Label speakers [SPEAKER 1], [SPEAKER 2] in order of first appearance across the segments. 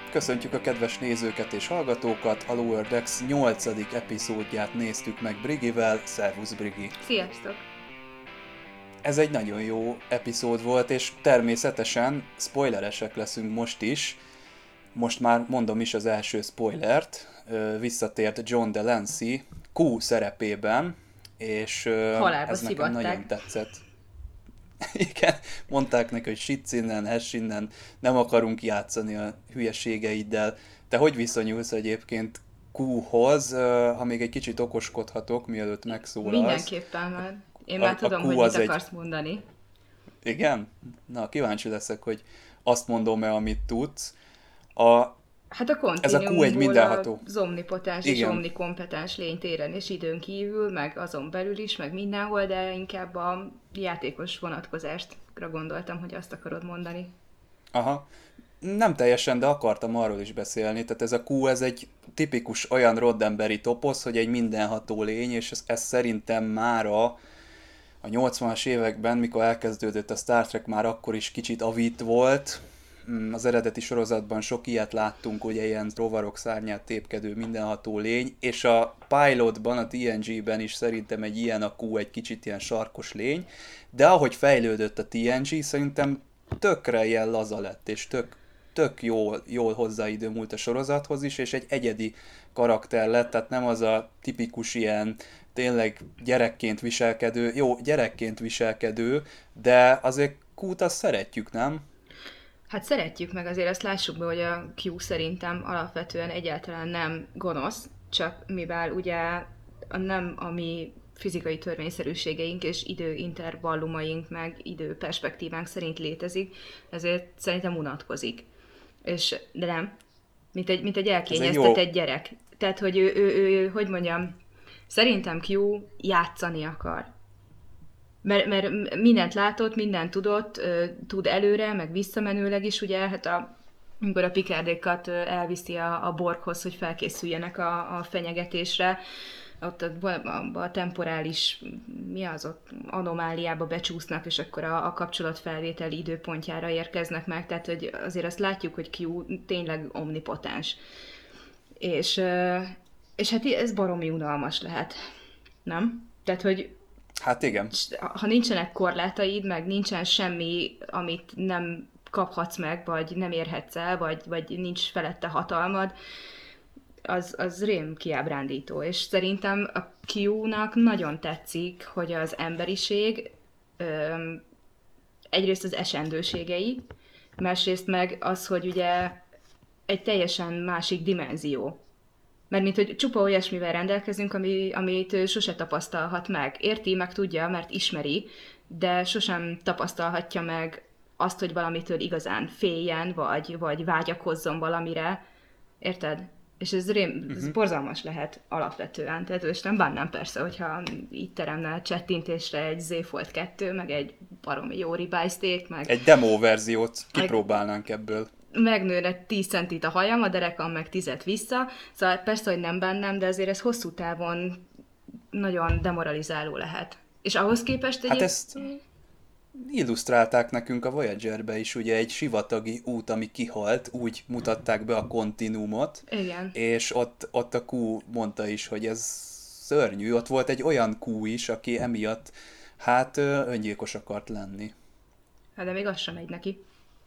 [SPEAKER 1] Köszöntjük a kedves nézőket és hallgatókat, a Lower Decks 8. epizódját néztük meg Brigivel. Szervusz Brigi!
[SPEAKER 2] Sziasztok!
[SPEAKER 1] Ez egy nagyon jó epizód volt, és természetesen spoileresek leszünk most is. Most már mondom is az első spoilert. Visszatért John Delancey Q szerepében, és
[SPEAKER 2] Halálba
[SPEAKER 1] ez nekem nagyon
[SPEAKER 2] szivatták.
[SPEAKER 1] tetszett. Igen, mondták neki, hogy sitz innen, hess innen, nem akarunk játszani a hülyeségeiddel. Te hogy viszonyulsz egyébként Q-hoz, ha még egy kicsit okoskodhatok, mielőtt megszólalsz?
[SPEAKER 2] Mindenképpen már. Én már
[SPEAKER 1] A
[SPEAKER 2] tudom,
[SPEAKER 1] Q
[SPEAKER 2] hogy mit
[SPEAKER 1] az egy...
[SPEAKER 2] akarsz mondani.
[SPEAKER 1] Igen? Na, kíváncsi leszek, hogy azt mondom-e, amit tudsz. A...
[SPEAKER 2] Hát a
[SPEAKER 1] Ez a Q egy
[SPEAKER 2] kontinuumból
[SPEAKER 1] mindenható.
[SPEAKER 2] az omnipotens és
[SPEAKER 1] Igen.
[SPEAKER 2] omnikompetens lény téren és időn kívül, meg azon belül is, meg mindenhol, de inkább a játékos vonatkozástra gondoltam, hogy azt akarod mondani.
[SPEAKER 1] Aha. Nem teljesen, de akartam arról is beszélni. Tehát ez a Q, ez egy tipikus olyan Roddenberry toposz, hogy egy mindenható lény, és ez szerintem már a 80-as években, mikor elkezdődött a Star Trek, már akkor is kicsit avít volt. Az eredeti sorozatban sok ilyet láttunk, ugye ilyen rovarok szárnyát tépkedő mindenható lény, és a pilotban, a TNG-ben is szerintem egy ilyen a Q, egy kicsit ilyen sarkos lény, de ahogy fejlődött a TNG, szerintem tökre ilyen laza lett, és tök jól hozzáidőmúlt a sorozathoz is, és egy egyedi karakter lett, tehát nem az a tipikus ilyen tényleg gyerekként viselkedő, jó, gyerekként viselkedő, de azért Q-t azt szeretjük, nem?
[SPEAKER 2] Hát szeretjük meg, azért azt lássuk be, hogy a Q szerintem alapvetően egyáltalán nem gonosz, csak mivel ugye nem a mi fizikai törvényszerűségeink és időintervallumaink meg időperspektívánk szerint létezik, ezért szerintem unatkozik. De nem, mint egy
[SPEAKER 1] Ez egy jó...
[SPEAKER 2] elkényeztetett gyerek. Tehát, hogy ő, hogy mondjam, szerintem Q játszani akar. Mert mindent látott, mindent tudott, tud előre, meg visszamenőleg is, ugye, hát amikor a Picardékat elviszi a Borghoz, hogy felkészüljenek a fenyegetésre, ott a temporális, mi az ott, anomáliába becsúsznak, és akkor a kapcsolatfelvétel időpontjára érkeznek meg, tehát hogy azért azt látjuk, hogy Q tényleg omnipotens. És, és hát ez baromi unalmas lehet, nem? Tehát, hogy
[SPEAKER 1] Hát igen.
[SPEAKER 2] ha nincsenek korlátaid, meg nincsen semmi, amit nem kaphatsz meg, vagy nem érhetsz el, vagy nincs felette hatalmad, az rém kiábrándító. És szerintem a Q-nak nagyon tetszik, hogy az emberiség egyrészt az esendőségei, másrészt meg az, hogy ugye egy teljesen másik dimenzió. Mert mint hogy csupa olyasmivel rendelkezünk, amit ő sose tapasztalhat meg. Érti, meg tudja, mert ismeri, de sosem tapasztalhatja meg azt, hogy valamitől igazán féljen, vagy vágyakozzon valamire. Érted? És ez borzalmas lehet alapvetően. Tehát és nem bánnám persze, hogyha itt teremne csettintésre egy Z Fold 2, meg egy baromi jó ribájzték,
[SPEAKER 1] Egy demo verziót kipróbálnánk ebből.
[SPEAKER 2] megnőne 10 centit a hajam, a derekam meg 10 vissza, szóval persze, hogy nem bennem, de azért ez hosszú távon nagyon demoralizáló lehet. És ahhoz képest
[SPEAKER 1] Hát
[SPEAKER 2] egyéb...
[SPEAKER 1] ezt illusztrálták nekünk a Voyager-be is, ugye egy sivatagi út, ami kihalt, úgy mutatták be a kontinúmot,
[SPEAKER 2] Igen.
[SPEAKER 1] és ott a Q mondta is, hogy ez szörnyű. Ott volt egy olyan Q is, aki emiatt hát öngyilkos akart lenni.
[SPEAKER 2] Hát de még az sem megy neki.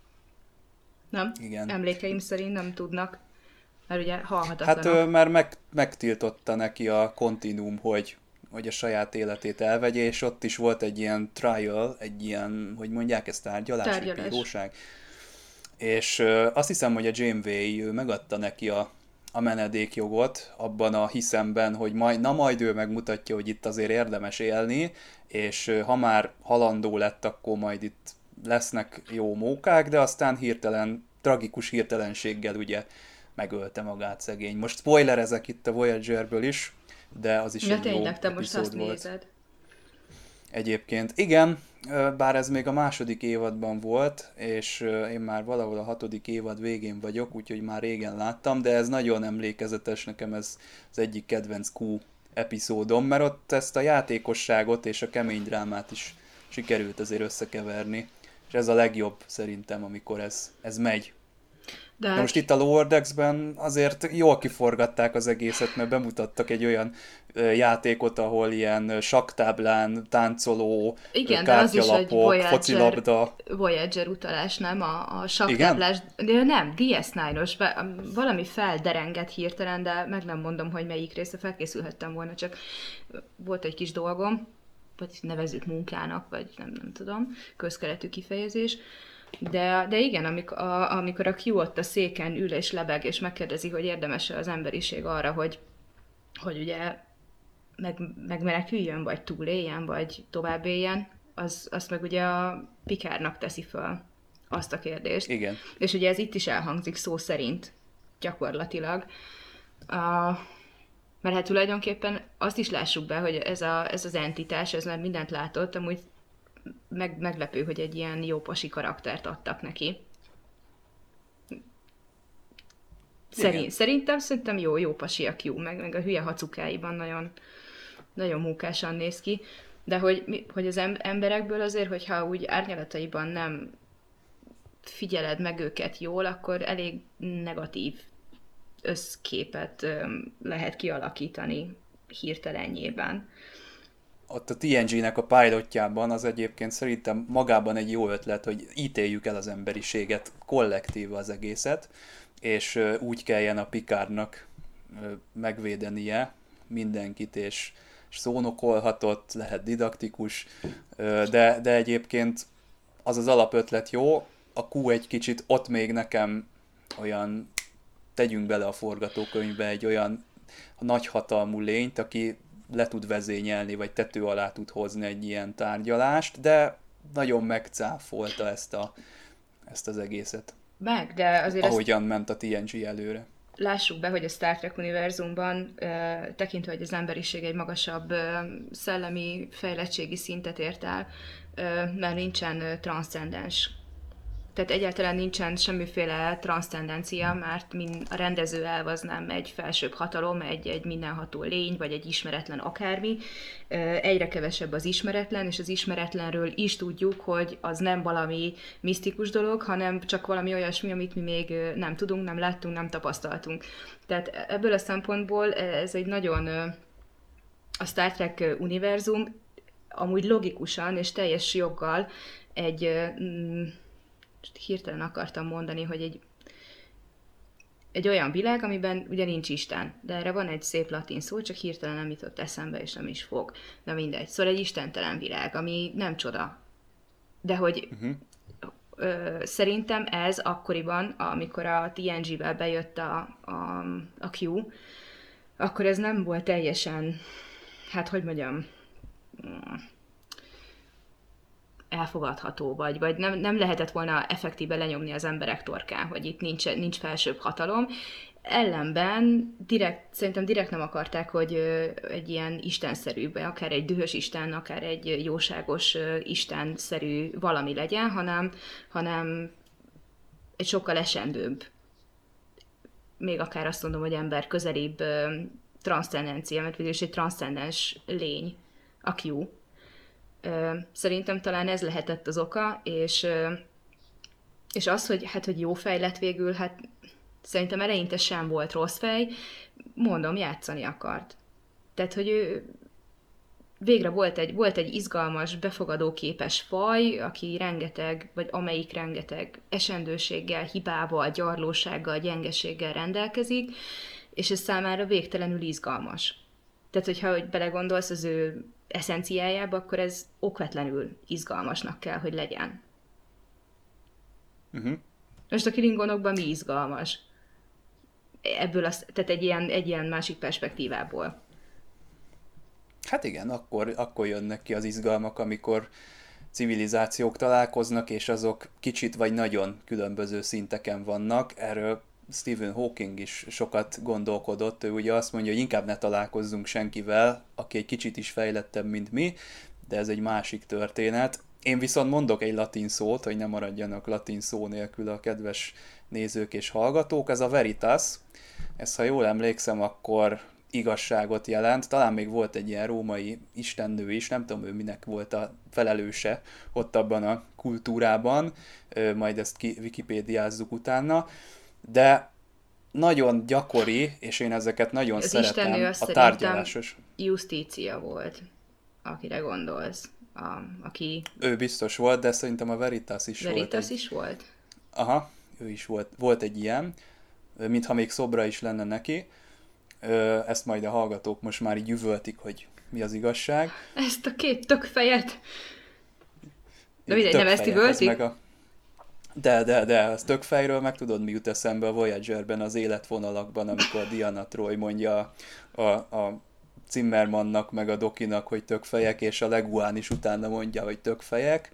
[SPEAKER 2] Nem?
[SPEAKER 1] Igen.
[SPEAKER 2] Emlékeim szerint nem tudnak, mert ugye
[SPEAKER 1] Hát
[SPEAKER 2] halhatatlanok.
[SPEAKER 1] már megtiltotta neki a kontinúm, hogy a saját életét elvegye, és ott is volt egy ilyen trial, egy ilyen, hogy mondják ezt, tárgyalás, vagy
[SPEAKER 2] Tárgyalás.
[SPEAKER 1] bíróság. És azt hiszem, hogy a Janeway ő megadta neki a menedékjogot abban a hiszemben, hogy majd ő megmutatja, hogy itt azért érdemes élni, és ha már halandó lett, akkor majd itt lesznek jó mókák, de aztán tragikus hirtelenséggel ugye megölte magát szegény. Most spoilerezek itt a Voyagerből is, de az is
[SPEAKER 2] Ja
[SPEAKER 1] egy jó
[SPEAKER 2] tényleg, te most azt
[SPEAKER 1] epizód volt.
[SPEAKER 2] nézed.
[SPEAKER 1] Egyébként igen, bár ez még a második évadban volt, és én már valahol a hatodik évad végén vagyok, úgyhogy már régen láttam, de ez nagyon emlékezetes, nekem ez az egyik kedvenc Q epizódom, mert ott ezt a játékosságot és a kemény drámát is sikerült azért összekeverni, és ez a legjobb szerintem, amikor ez megy. Na
[SPEAKER 2] De
[SPEAKER 1] most itt a Lower Decks-ben azért jól kiforgatták az egészet, mert bemutattak egy olyan játékot, ahol ilyen sakktáblán táncoló
[SPEAKER 2] igen, de az is egy
[SPEAKER 1] kártyalapok, focilabda.
[SPEAKER 2] Voyager utalás, nem? A
[SPEAKER 1] Igen?
[SPEAKER 2] saktáblás, de nem, DS9-os, valami felderengett hirtelen, de meg nem mondom, hogy melyik része, felkészülhettem volna, csak volt egy kis dolgom, vagy nevezzük munkának, vagy nem tudom, közkeletű kifejezés. De igen, amikor a Q ott a széken ül és lebeg, és megkérdezi, hogy érdemes-e az emberiség arra, hogy ugye megmeneküljön, vagy túléljen, vagy tovább éljen, azt meg ugye a Pikárnak teszi föl azt a kérdést.
[SPEAKER 1] Igen.
[SPEAKER 2] És ugye ez itt is elhangzik szó szerint, gyakorlatilag. A, mert hát tulajdonképpen azt is lássuk be, hogy ez az entitás, ez már mindent látott, amúgy meglepő, hogy egy ilyen jó pasi karaktert adtak neki.
[SPEAKER 1] Igen.
[SPEAKER 2] Szerintem jó pasi a Q, meg a hülye hacukáiban nagyon, nagyon mókásan néz ki, de hogy az emberekből azért, hogyha úgy árnyalataiban nem figyeled meg őket jól, akkor elég negatív összképet lehet kialakítani hirtelenjében.
[SPEAKER 1] Ott a TNG-nek a pilotjában az egyébként szerintem magában egy jó ötlet, hogy ítéljük el az emberiséget, kollektív az egészet, és úgy kelljen a Picardnak megvédenie mindenkit, és szónokolhatott, lehet didaktikus, de egyébként az az alapötlet jó, a Q egy kicsit ott még nekem olyan, tegyünk bele a forgatókönyvbe egy olyan nagyhatalmú lényt, aki le tud vezényelni, vagy tető alá tud hozni egy ilyen tárgyalást, de nagyon megcáfolta ezt az egészet.
[SPEAKER 2] De azért ezt
[SPEAKER 1] Ahogyan ment a TNG előre.
[SPEAKER 2] lássuk be, hogy a Star Trek univerzumban, tekintve, hogy az emberiség egy magasabb szellemi fejlettségi szintet ért el, mert nincsen transzcendens. Tehát egyáltalán nincsen semmiféle transzcendencia, mert a rendező elv az nem egy felsőbb hatalom, egy mindenható lény, vagy egy ismeretlen akármi. Egyre kevesebb az ismeretlen, és az ismeretlenről is tudjuk, hogy az nem valami misztikus dolog, hanem csak valami olyasmi, amit mi még nem tudunk, nem láttunk, nem tapasztaltunk. Tehát ebből a szempontból ez egy nagyon a Star Trek univerzum amúgy logikusan és teljes joggal egy hirtelen akartam mondani, hogy egy olyan világ, amiben ugye nincs Isten, de erre van egy szép latin szó, csak hirtelen nem jutott eszembe, és nem is fog. De mindegy. Szóval egy istentelen világ, ami nem csoda. De hogy szerintem ez akkoriban, amikor a TNG-vel bejött a Q, akkor ez nem volt teljesen, hát hogy mondjam, elfogadható, vagy nem lehetett volna effektíve lenyomni az emberek torkán, hogy itt nincs felsőbb hatalom. Ellenben szerintem direkt nem akarták, hogy egy ilyen istenszerű, akár egy dühös isten, akár egy jóságos istenszerű valami legyen, hanem egy sokkal esendőbb, még akár azt mondom, hogy ember közelibb transzcendencia, mert végül is egy transzcendens lény, a Q. Szerintem talán ez lehetett az oka, és az, hogy jó fej lett végül, hát szerintem eleinte sem volt rossz fej, mondom, játszani akart. Tehát, hogy ő végre volt egy izgalmas, befogadóképes faj, aki rengeteg, vagy amelyik rengeteg esendőséggel, hibával, gyarlósággal, gyengeséggel rendelkezik, és ez számára végtelenül izgalmas. Tehát, hogyha belegondolsz az ő eszenciájába, akkor ez okvetlenül izgalmasnak kell, hogy legyen.
[SPEAKER 1] Uh-huh.
[SPEAKER 2] Most a klingonokban mi izgalmas? Tehát egy ilyen másik perspektívából.
[SPEAKER 1] Hát igen, akkor jönnek ki az izgalmak, amikor civilizációk találkoznak, és azok kicsit vagy nagyon különböző szinteken vannak. Erről Stephen Hawking is sokat gondolkodott, ő ugye azt mondja, hogy inkább ne találkozzunk senkivel, aki egy kicsit is fejlettebb, mint mi, de ez egy másik történet. Én viszont mondok egy latin szót, hogy ne maradjanak latin szó nélkül a kedves nézők és hallgatók, ez a veritas. Ez, ha jól emlékszem, akkor igazságot jelent. Talán még volt egy ilyen római istennő is, nem tudom ő minek volt a felelőse ott abban a kultúrában, majd ezt wikipédiázzuk utána. de nagyon gyakori, és én ezeket nagyon
[SPEAKER 2] Az istennő
[SPEAKER 1] szeretem,
[SPEAKER 2] az
[SPEAKER 1] a
[SPEAKER 2] szerintem
[SPEAKER 1] tárgyalásos.
[SPEAKER 2] Justícia volt, akire gondolsz. Aki
[SPEAKER 1] Ő biztos volt, de szerintem a Veritas is volt
[SPEAKER 2] Veritas
[SPEAKER 1] egy...
[SPEAKER 2] is volt?
[SPEAKER 1] Aha, ő is volt egy ilyen, mintha még szobra is lenne neki. Ezt majd a hallgatók most már így üvöltik, hogy mi az igazság.
[SPEAKER 2] Ezt a két tökfejet? De
[SPEAKER 1] Így
[SPEAKER 2] mindegy, nem ezt
[SPEAKER 1] tökfejek, ez
[SPEAKER 2] üvöltik?
[SPEAKER 1] meg a... De, az tökfejről meg tudod, mi jut eszembe a Voyagerben, az életvonalakban, amikor Diana Troy mondja a Zimmermannnak, meg a Dokinak, hogy tökfejek, és a Leguán is utána mondja, hogy tökfejek.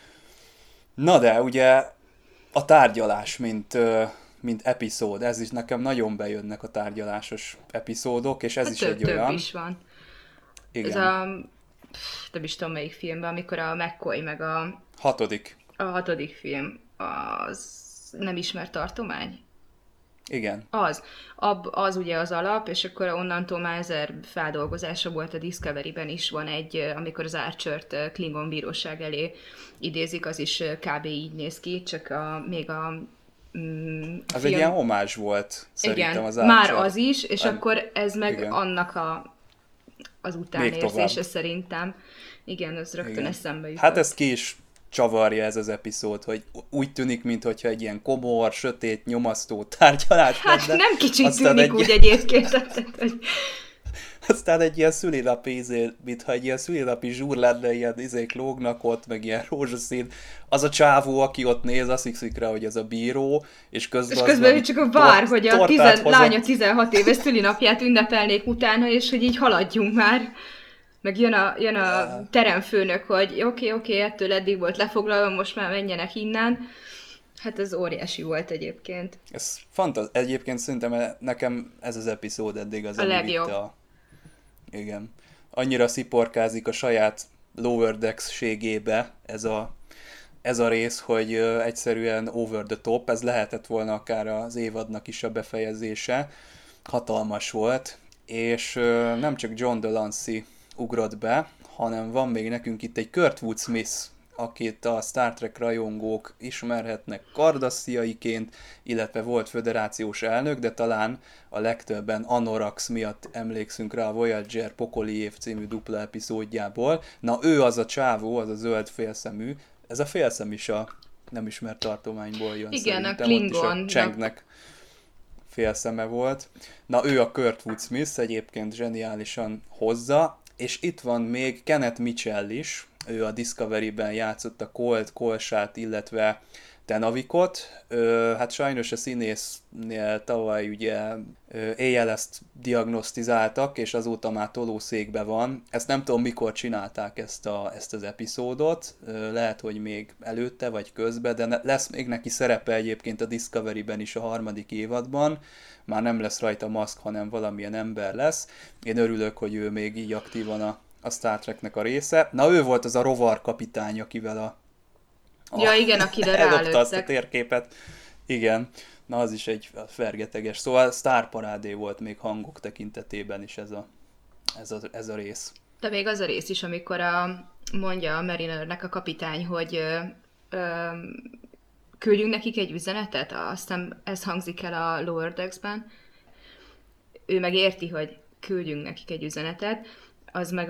[SPEAKER 1] Na de, ugye a tárgyalás, mint epizód, ez is nekem nagyon bejönnek a tárgyalásos epizódok, és ez
[SPEAKER 2] Hát
[SPEAKER 1] is egy
[SPEAKER 2] több
[SPEAKER 1] olyan.
[SPEAKER 2] is van. Ez
[SPEAKER 1] Igen.
[SPEAKER 2] nem is tudom melyik filmben, amikor a McCoy meg
[SPEAKER 1] Hatodik.
[SPEAKER 2] a hatodik film, az nem ismert tartomány?
[SPEAKER 1] Igen.
[SPEAKER 2] Az ugye az alap, és akkor onnantól már 1000 feldolgozása volt a Discovery-ben is, van egy, amikor az Archer-t Klingon bíróság elé idézik, az is kb. Így néz ki, csak még a
[SPEAKER 1] Az
[SPEAKER 2] film...
[SPEAKER 1] egy ilyen homázs volt, szerintem
[SPEAKER 2] Igen,
[SPEAKER 1] az
[SPEAKER 2] már
[SPEAKER 1] Archer.
[SPEAKER 2] az is, és akkor ez meg
[SPEAKER 1] Igen.
[SPEAKER 2] annak az
[SPEAKER 1] Még
[SPEAKER 2] utánérzése
[SPEAKER 1] tovább.
[SPEAKER 2] szerintem. Igen, ez rögtön
[SPEAKER 1] Igen.
[SPEAKER 2] eszembe jutott.
[SPEAKER 1] Hát ez ki is csavarja ez az epizód, hogy úgy tűnik, mintha egy ilyen komor, sötét, nyomasztó tárgyalás
[SPEAKER 2] Hát
[SPEAKER 1] lenne.
[SPEAKER 2] nem kicsit
[SPEAKER 1] Aztán
[SPEAKER 2] tűnik
[SPEAKER 1] egy
[SPEAKER 2] úgy egyébként, tehát, hogy
[SPEAKER 1] Aztán egy ilyen szülilapi mintha egy ilyen szülilapi zsúr lenne, ilyen izék lógnak ott, meg ilyen rózsaszín. Az a csávó, aki ott néz, azt hiszik rá, hogy ez a bíró, és közben,
[SPEAKER 2] és közben csak vár, hogy a
[SPEAKER 1] tortát hozott.
[SPEAKER 2] lánya 16 éves szülinapját ünnepelnék utána, és hogy így haladjunk már. Meg jön a teremfőnök, hogy oké, ettől eddig volt lefoglalva, most már menjenek innen. Hát ez óriási volt egyébként.
[SPEAKER 1] Ez egyébként szerintem nekem ez az epizód eddig az,
[SPEAKER 2] A
[SPEAKER 1] ami
[SPEAKER 2] legjobb.
[SPEAKER 1] vitte Igen. Annyira sziporkázik a saját Lower Decks-ségébe ez a rész, hogy egyszerűen over the top, ez lehetett volna akár az évadnak is a befejezése. Hatalmas volt, és nem csak John Delancey ugrott be, hanem van még nekünk itt egy Kurtwood Smith, akit a Star Trek rajongók ismerhetnek kardassziaiként, illetve volt föderációs elnök, de talán a legtöbben Anorax miatt emlékszünk rá a Voyager Pokoli év című dupla epizódjából. Na ő az a csávó, az a zöld félszemű, ez a félszem is a nem ismert tartományból jön.
[SPEAKER 2] Igen,
[SPEAKER 1] szerintem.
[SPEAKER 2] a Klingon.
[SPEAKER 1] Ott is a Chengnek félszeme volt. Na ő a Kurtwood Smith egyébként zseniálisan hozza, és itt van még Kenneth Mitchell is, ő a Discovery-ben játszott a Colt, Kolsát, illetve Tenavikot. Hát sajnos a színésznél tavaly ugye ALS-t diagnosztizáltak, és azóta már tolószékbe van. Ezt nem tudom, mikor csinálták ezt az epizódot, lehet, hogy még előtte vagy közben, de lesz még neki szerepe egyébként a Discovery-ben is a harmadik évadban. Már nem lesz rajta maszk, hanem valamilyen ember lesz. Én örülök, hogy ő még így aktívan a Star Treknek a része. Na ő volt az a rovar kapitány, akivel
[SPEAKER 2] Ja igen, akire
[SPEAKER 1] eldobta azt a
[SPEAKER 2] rálőttek.
[SPEAKER 1] térképet. Igen, na az is egy fergeteges. Szóval sztárparádé volt még hangok tekintetében is ez a rész.
[SPEAKER 2] De még az a rész is, amikor mondja a Marinernek a kapitány, hogy ö, küldjünk nekik egy üzenetet, aztán ez hangzik el a Lower Decks-ben. Ő meg érti, hogy küldjünk nekik egy üzenetet, az meg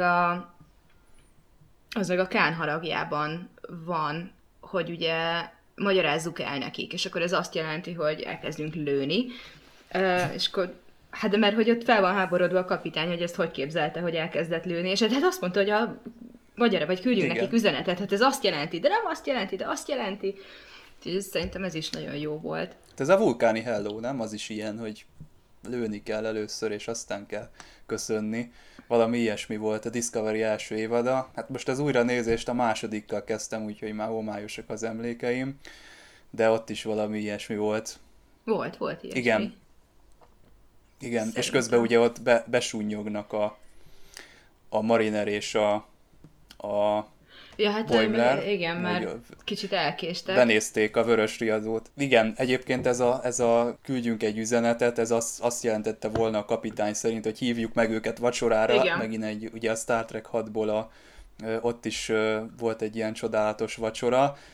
[SPEAKER 2] a Kán haragjában van, hogy ugye magyarázzuk el nekik, és akkor ez azt jelenti, hogy elkezdünk lőni, és akkor hát de mert hogy ott fel van háborodva a kapitány, hogy ezt hogy képzelte, hogy elkezdett lőni, és hát azt mondta, hogy vagy küldjünk
[SPEAKER 1] Igen.
[SPEAKER 2] nekik üzenetet, hát ez azt jelenti, de nem azt jelenti, de azt jelenti. Úgyhogy szerintem ez is nagyon jó volt.
[SPEAKER 1] Ez a vulkáni hello, nem? Az is ilyen, hogy lőni kell először, és aztán kell köszönni. Valami ilyesmi volt a Discovery első évada. Hát most az újranézést a másodikkal kezdtem, úgyhogy már homályosak az emlékeim. De ott is valami ilyesmi volt.
[SPEAKER 2] Volt ilyesmi.
[SPEAKER 1] Igen. Igen, és közben ugye ott besúnyognak a Mariner és a
[SPEAKER 2] Ja, hát
[SPEAKER 1] Boimler,
[SPEAKER 2] igen,
[SPEAKER 1] hogy
[SPEAKER 2] mert kicsit elkéstek.
[SPEAKER 1] benézték a vörös riadót. Igen, egyébként ez a küldjünk egy üzenetet, ez azt jelentette volna a kapitány szerint, hogy hívjuk meg őket vacsorára.
[SPEAKER 2] Igen.
[SPEAKER 1] Megint ugye a Star Trek 6-ból ott is volt egy ilyen csodálatos vacsora.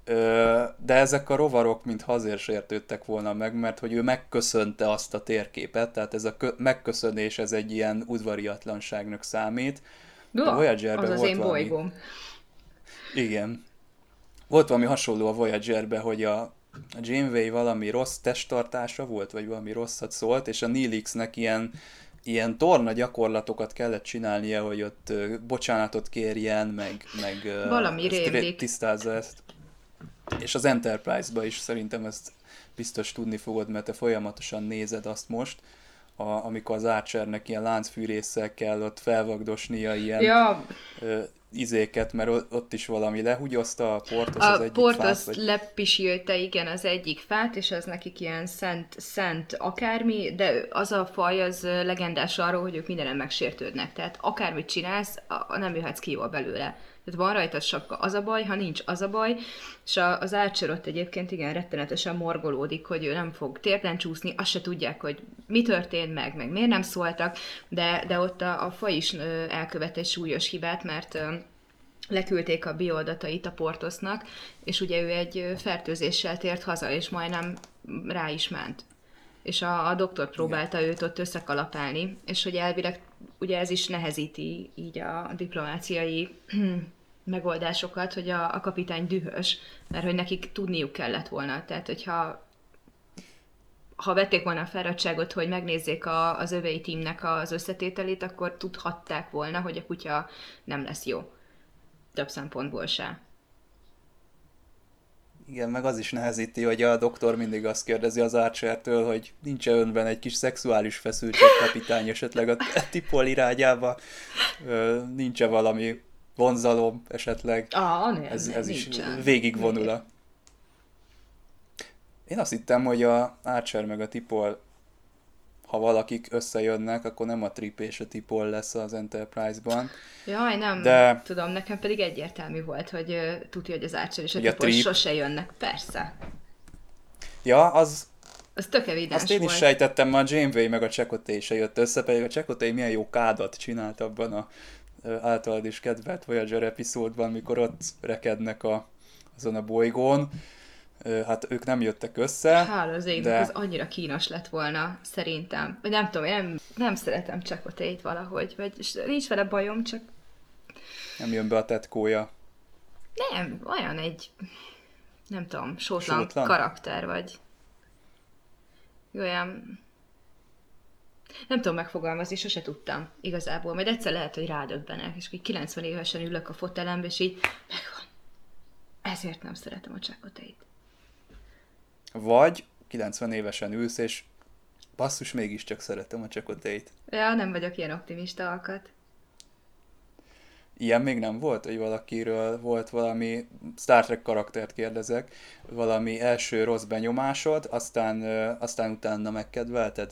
[SPEAKER 1] De ezek a rovarok mintha azért sértődtek volna meg, mert hogy ő megköszönte azt a térképet, tehát ez a megköszönés, ez egy ilyen udvariatlanságnak számít. A
[SPEAKER 2] Az
[SPEAKER 1] Voyagerben
[SPEAKER 2] az
[SPEAKER 1] volt
[SPEAKER 2] én
[SPEAKER 1] valami,
[SPEAKER 2] bolygóm.
[SPEAKER 1] igen, volt valami hasonló a Voyagerben, hogy a Janeway valami rossz testtartása volt, vagy valami rosszat szólt, és a Neelixnek ilyen torna gyakorlatokat kellett csinálnia, hogy ott bocsánatot kérjen, meg
[SPEAKER 2] Valami
[SPEAKER 1] ezt
[SPEAKER 2] rémlik.
[SPEAKER 1] tisztázza ezt. És az Enterprise-ba is szerintem ezt biztos tudni fogod, mert te folyamatosan nézed azt most, amikor az Archernek ilyen láncfűrésszel kell ott felvagdosnia ilyen
[SPEAKER 2] Ja,
[SPEAKER 1] izéket, mert ott is valami lehugyozta a Portos az
[SPEAKER 2] a
[SPEAKER 1] egyik
[SPEAKER 2] port
[SPEAKER 1] fát,
[SPEAKER 2] azt lepisílte, igen, az egyik fát, és az nekik ilyen szent akármi, de az a faj az legendás arról, hogy ők mindenen megsértődnek. Tehát akármit csinálsz, nem jöhetsz ki jól belőle. Tehát van rajta sapka, az a baj, ha nincs, az a baj, és az Archer ott egyébként igen rettenetesen morgolódik, hogy ő nem fog térden csúszni, azt se tudják, hogy mi történt meg miért nem szóltak, de ott a faj is elkövet egy súlyos hibát, mert leküldték a bioadatait a Portosnak, és ugye ő egy fertőzéssel tért haza, és majdnem rá is ment. És a doktor próbálta őt ott összekalapálni, és hogy elvileg ugye ez is nehezíti így a diplomáciai megoldásokat, hogy a kapitány dühös, mert hogy nekik tudniuk kellett volna. Tehát, hogyha vették volna a fáradtságot, hogy megnézzék az övei tímnek az összetételét, akkor tudhatták volna, hogy a kutya nem lesz jó. Több szempontból se.
[SPEAKER 1] Igen, meg az is nehezíti, hogy a doktor mindig azt kérdezi az Archertől, hogy nincs-e önben egy kis szexuális feszültség, kapitány, esetleg a Tipol irányába, nincs-e valami vonzalom esetleg.
[SPEAKER 2] Nem,
[SPEAKER 1] Ez is
[SPEAKER 2] nincsen.
[SPEAKER 1] végigvonul. Én azt hittem, hogy a Archer meg a Tipol, ha valakik összejönnek, akkor nem a Trip és a Tipol lesz az Enterprise-ban.
[SPEAKER 2] Jaj, nem
[SPEAKER 1] De
[SPEAKER 2] tudom, nekem pedig egyértelmű volt, hogy tudja, hogy az Archer és a
[SPEAKER 1] ugye a
[SPEAKER 2] Tipol
[SPEAKER 1] Trip,
[SPEAKER 2] sose jönnek. Persze.
[SPEAKER 1] ja, az,
[SPEAKER 2] Az tök evidens
[SPEAKER 1] azt én is
[SPEAKER 2] volt.
[SPEAKER 1] sejtettem, ma a Janeway meg a Chakotay se jött össze, pedig a Chakotay milyen jó kádat csinált abban a általad is kedvelt Voyager epizódban, mikor ott rekednek azon a bolygón. Hát ők nem jöttek össze,
[SPEAKER 2] Hála az égnek,
[SPEAKER 1] de
[SPEAKER 2] az annyira kínos lett volna, szerintem. Vagy nem tudom, én nem szeretem Chakotayt valahogy, vagy nincs vele bajom, csak
[SPEAKER 1] nem jön be a tetkója.
[SPEAKER 2] nem, olyan egy, nem tudom, sótlan
[SPEAKER 1] Sótlan?
[SPEAKER 2] karakter, vagy olyan, nem tudom megfogalmazni, sose tudtam igazából. Majd egyszer lehet, hogy rádöbbenek, és így 90 évesen ülök a fotelembe, és így megvan. Ezért nem szeretem a Chakotayt.
[SPEAKER 1] Vagy 90 évesen ülsz, és basszus, mégiscsak szeretem a Chakotayt.
[SPEAKER 2] Ja, nem vagyok ilyen optimista alkat.
[SPEAKER 1] Ilyen még nem volt, hogy valakiről volt valami, Star Trek karaktert kérdezek, valami első rossz benyomásod, aztán utána megkedvelted?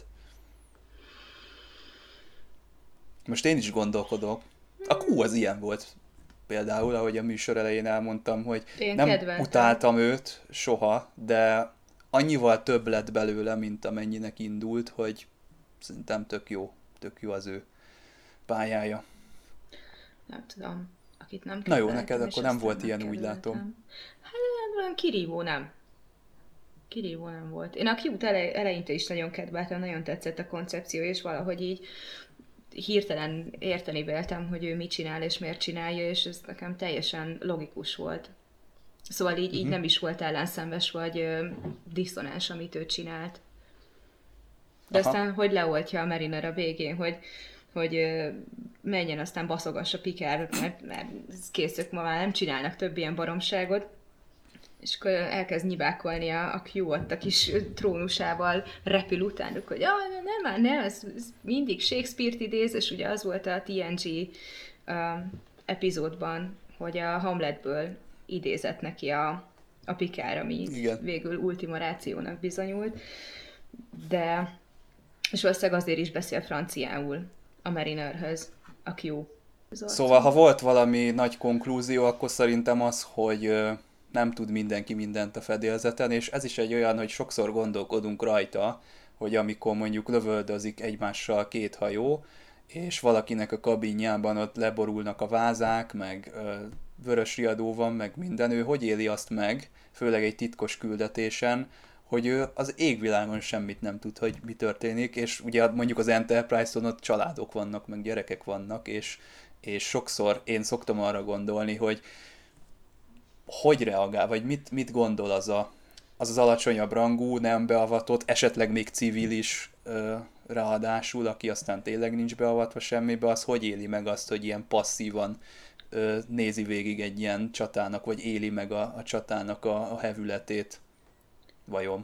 [SPEAKER 1] Most én is gondolkodok. A Q az ilyen volt. Például, ahogy a műsor elején elmondtam, hogy
[SPEAKER 2] Én
[SPEAKER 1] nem
[SPEAKER 2] kedveltem.
[SPEAKER 1] utáltam őt soha, de annyival több lett belőle, mint amennyinek indult, hogy szerintem tök jó az ő pályája.
[SPEAKER 2] Nem tudom, akit nem
[SPEAKER 1] Na jó,
[SPEAKER 2] kedveltem,
[SPEAKER 1] neked
[SPEAKER 2] és
[SPEAKER 1] akkor nem
[SPEAKER 2] aztán
[SPEAKER 1] volt ilyen, úgy
[SPEAKER 2] megkedveltem.
[SPEAKER 1] látom.
[SPEAKER 2] Hát olyan kirívó nem. Kirívó nem volt. Én a Q-t eleinte is nagyon kedveltem, nagyon tetszett a koncepció, és valahogy így hirtelen érteni véltem, hogy ő mit csinál és miért csinálja, és ez nekem teljesen logikus volt. Szóval így nem is volt ellenszenves vagy diszonáns, amit ő csinált. De
[SPEAKER 1] Aha.
[SPEAKER 2] aztán hogy leoltja a Mariner a végén, hogy menjen aztán baszogassa Picard, mert készök ma már nem csinálnak több ilyen baromságot, és akkor elkezd nyibákolni a Q ott a kis trónusával, repül utánuk, hogy nem, ez mindig Shakespeare-t idéz, és ugye az volt a TNG epizódban, hogy a Hamletből idézett neki a Picard, ami
[SPEAKER 1] Igen.
[SPEAKER 2] végül ultima rációnak bizonyult, de és valószínűleg azért is beszél franciául a Marinerhöz, a Q.
[SPEAKER 1] Szóval, ha volt valami nagy konklúzió, akkor szerintem az, hogy nem tud mindenki mindent a fedélzeten, és ez is egy olyan, hogy sokszor gondolkodunk rajta, hogy amikor mondjuk lövöldözik egymással két hajó, és valakinek a kabinjában ott leborulnak a vázák, meg vörös riadó van, meg minden, ő hogy éli azt meg, főleg egy titkos küldetésen, hogy ő az égvilágon semmit nem tud, hogy mi történik, és ugye mondjuk az Enterprise-on ott családok vannak, meg gyerekek vannak, és sokszor én szoktam arra gondolni, hogy reagál, vagy mit gondol az alacsonyabb rangú, nem beavatott, esetleg még civil is ráadásul, aki aztán tényleg nincs beavatva semmibe, az hogy éli meg azt, hogy ilyen passzívan nézi végig egy ilyen csatának, vagy éli meg a csatának a hevületét, vajon?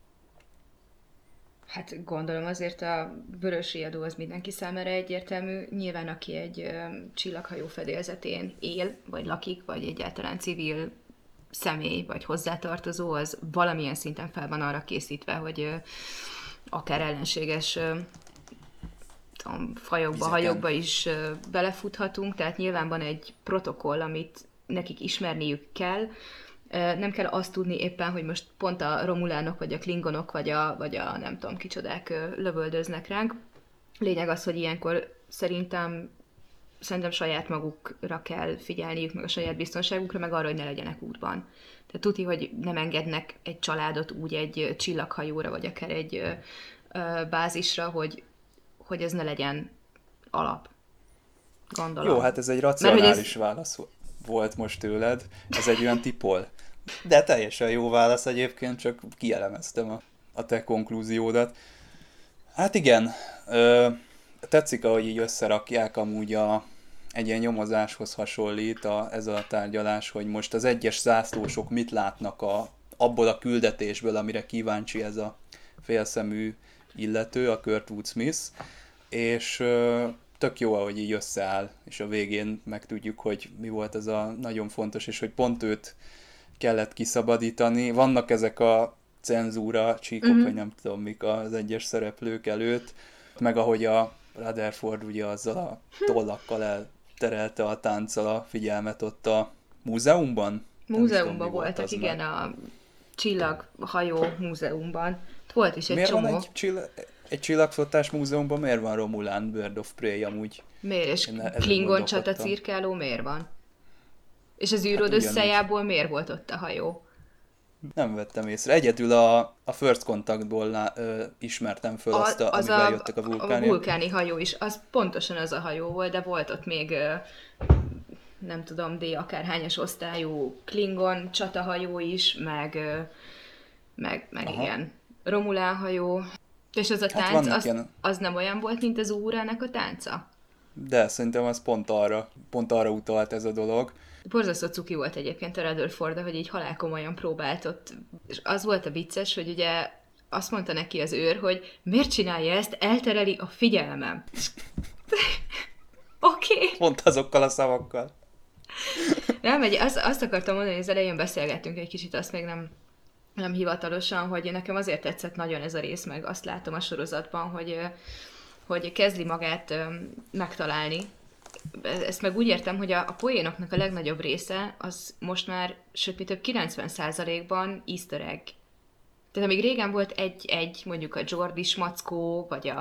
[SPEAKER 2] Hát gondolom azért a vörös riadó az mindenki számára egyértelmű. Nyilván aki egy csillaghajó fedélzetén él, vagy lakik, vagy egyáltalán civil személy, vagy hozzátartozó, az valamilyen szinten fel van arra készítve, hogy akár ellenséges fajokba, hajókba is belefuthatunk, tehát nyilván van egy protokoll, amit nekik ismerniük kell. Nem kell azt tudni éppen, hogy most pont a romulánok, vagy a klingonok, vagy a nem tudom kicsodák lövöldöznek ránk. Lényeg az, hogy ilyenkor szerintem saját magukra kell figyelniük, meg a saját biztonságukra, meg arra, hogy ne legyenek útban. Tehát tuti, hogy nem engednek egy családot úgy egy csillaghajóra, vagy akár egy bázisra, hogy ez ne legyen alap. Gondolom.
[SPEAKER 1] Jó, hát ez egy racionális válasz volt most tőled. Ez egy olyan tipol. De teljesen jó válasz egyébként, csak kielemeztem a te konklúziódat. Hát igen, tetszik, ahogy így összerakják amúgy egy ilyen nyomozáshoz hasonlít ez a tárgyalás, hogy most az egyes zászlósok mit látnak abból a küldetésből, amire kíváncsi ez a félszemű illető, a Kurtwood Smith, és tök jó, ahogy így összeáll, és a végén megtudjuk, hogy mi volt ez a nagyon fontos, és hogy pont őt kellett kiszabadítani. Vannak ezek a cenzúra csíkok, vagy nem tudom mik az egyes szereplők előtt, meg ahogy a Rutherford ugye azzal a tollakkal elterelte a tánccal a figyelmet ott a múzeumban?
[SPEAKER 2] Múzeumban voltak, igen, meg. A csillaghajó múzeumban. Volt is egy
[SPEAKER 1] miért
[SPEAKER 2] csomó.
[SPEAKER 1] Van egy csillagflottás múzeumban miért van Romulán Bird of Prey amúgy?
[SPEAKER 2] Miért? És Klingon csata cirkáló miért van? És az űrod összejából miért volt ott a hajó?
[SPEAKER 1] Nem vettem észre. Egyedül a First Contactból ismertem föl azt, amivel jöttek a vulkáni.
[SPEAKER 2] A vulkáni hajó is, az pontosan az a hajó volt, de volt ott még nem tudom, de akárhányas osztályú Klingon csatahajó is, meg igen, Romulán hajó. És az a tánc, az nem olyan volt, mint az órának a tánca?
[SPEAKER 1] De szerintem az pont arra utalt ez a dolog.
[SPEAKER 2] Borzasztó cuki volt egyébként a Rutherford, hogy így halálkomolyan próbált ott. És az volt a vicces, hogy ugye azt mondta neki az őr, hogy miért csinálja ezt, eltereli a figyelmem. Oké.
[SPEAKER 1] Pont azokkal a szavakkal.
[SPEAKER 2] Nem, azt akartam mondani, hogy az elején beszélgettünk egy kicsit, azt még nem hivatalosan, hogy nekem azért tetszett nagyon ez a rész, meg azt látom a sorozatban, hogy kezdi magát megtalálni. Ezt meg úgy értem, hogy a poénoknak a legnagyobb része az most már, sőt, mi több 90%-ban easter egg. Tehát amíg régen volt egy mondjuk a Geordi mackó, vagy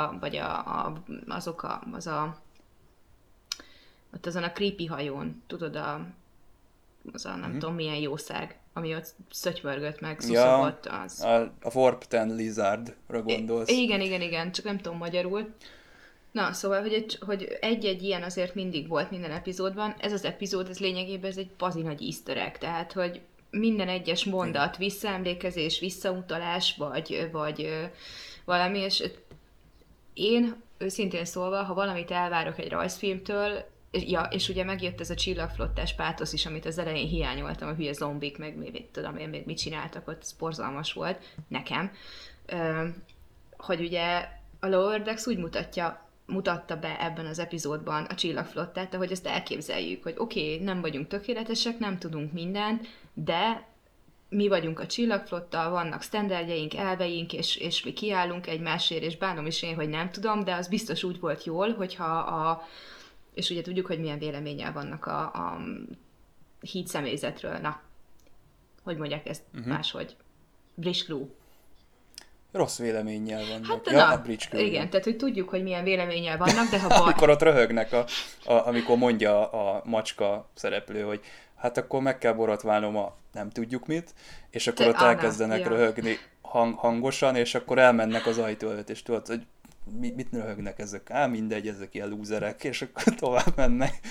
[SPEAKER 2] ott azon a creepy hajón, tudod, az a nem tudom milyen jószág, ami ott szötyvörgött meg, szuszogott. Az...
[SPEAKER 1] A Warp 10 Lizardra gondolsz.
[SPEAKER 2] Igen, csak nem tudom magyarul. Na, szóval, hogy egy-egy ilyen azért mindig volt minden epizódban. Ez az epizód, ez lényegében ez egy bazi nagy easter egg, tehát, hogy minden egyes mondat, visszaemlékezés, visszautalás, vagy valami, és én őszintén szólva, ha valamit elvárok egy rajzfilmtől, és ugye megjött ez a csillagflottás pátosz is, amit az elején hiányoltam, a hülye zombik, meg tudom én még mit csináltak, ott ez borzalmas volt nekem, hogy ugye a Lower Decks úgy mutatta be ebben az epizódban a csillagflottát, ahogy ezt elképzeljük, hogy oké, nem vagyunk tökéletesek, nem tudunk mindent, de mi vagyunk a csillagflotta, vannak sztenderdjeink, elveink, és mi kiállunk egymásért, és bánom is én, hogy nem tudom, de az biztos úgy volt jól, hogyha és ugye tudjuk, hogy milyen véleménnyel vannak a híd személyzetről. Na, hogy mondják ezt máshogy? Bridge crew.
[SPEAKER 1] Rossz véleménnyel vannak.
[SPEAKER 2] Hát
[SPEAKER 1] Ja, a
[SPEAKER 2] na,
[SPEAKER 1] Bridge
[SPEAKER 2] igen,
[SPEAKER 1] Crew.
[SPEAKER 2] tehát hogy tudjuk, hogy milyen véleménnyel vannak, de ha baj...
[SPEAKER 1] Amikor ott röhögnek, amikor mondja a macska szereplő, hogy hát akkor meg kell borotválnom a nem tudjuk mit, és akkor ott
[SPEAKER 2] Anna,
[SPEAKER 1] elkezdenek
[SPEAKER 2] ja.
[SPEAKER 1] röhögni hangosan, és akkor elmennek az ajtó előtt, és tudod, hogy mit röhögnek ezek? Mindegy, ezek ilyen lúzerek, és akkor tovább mennek.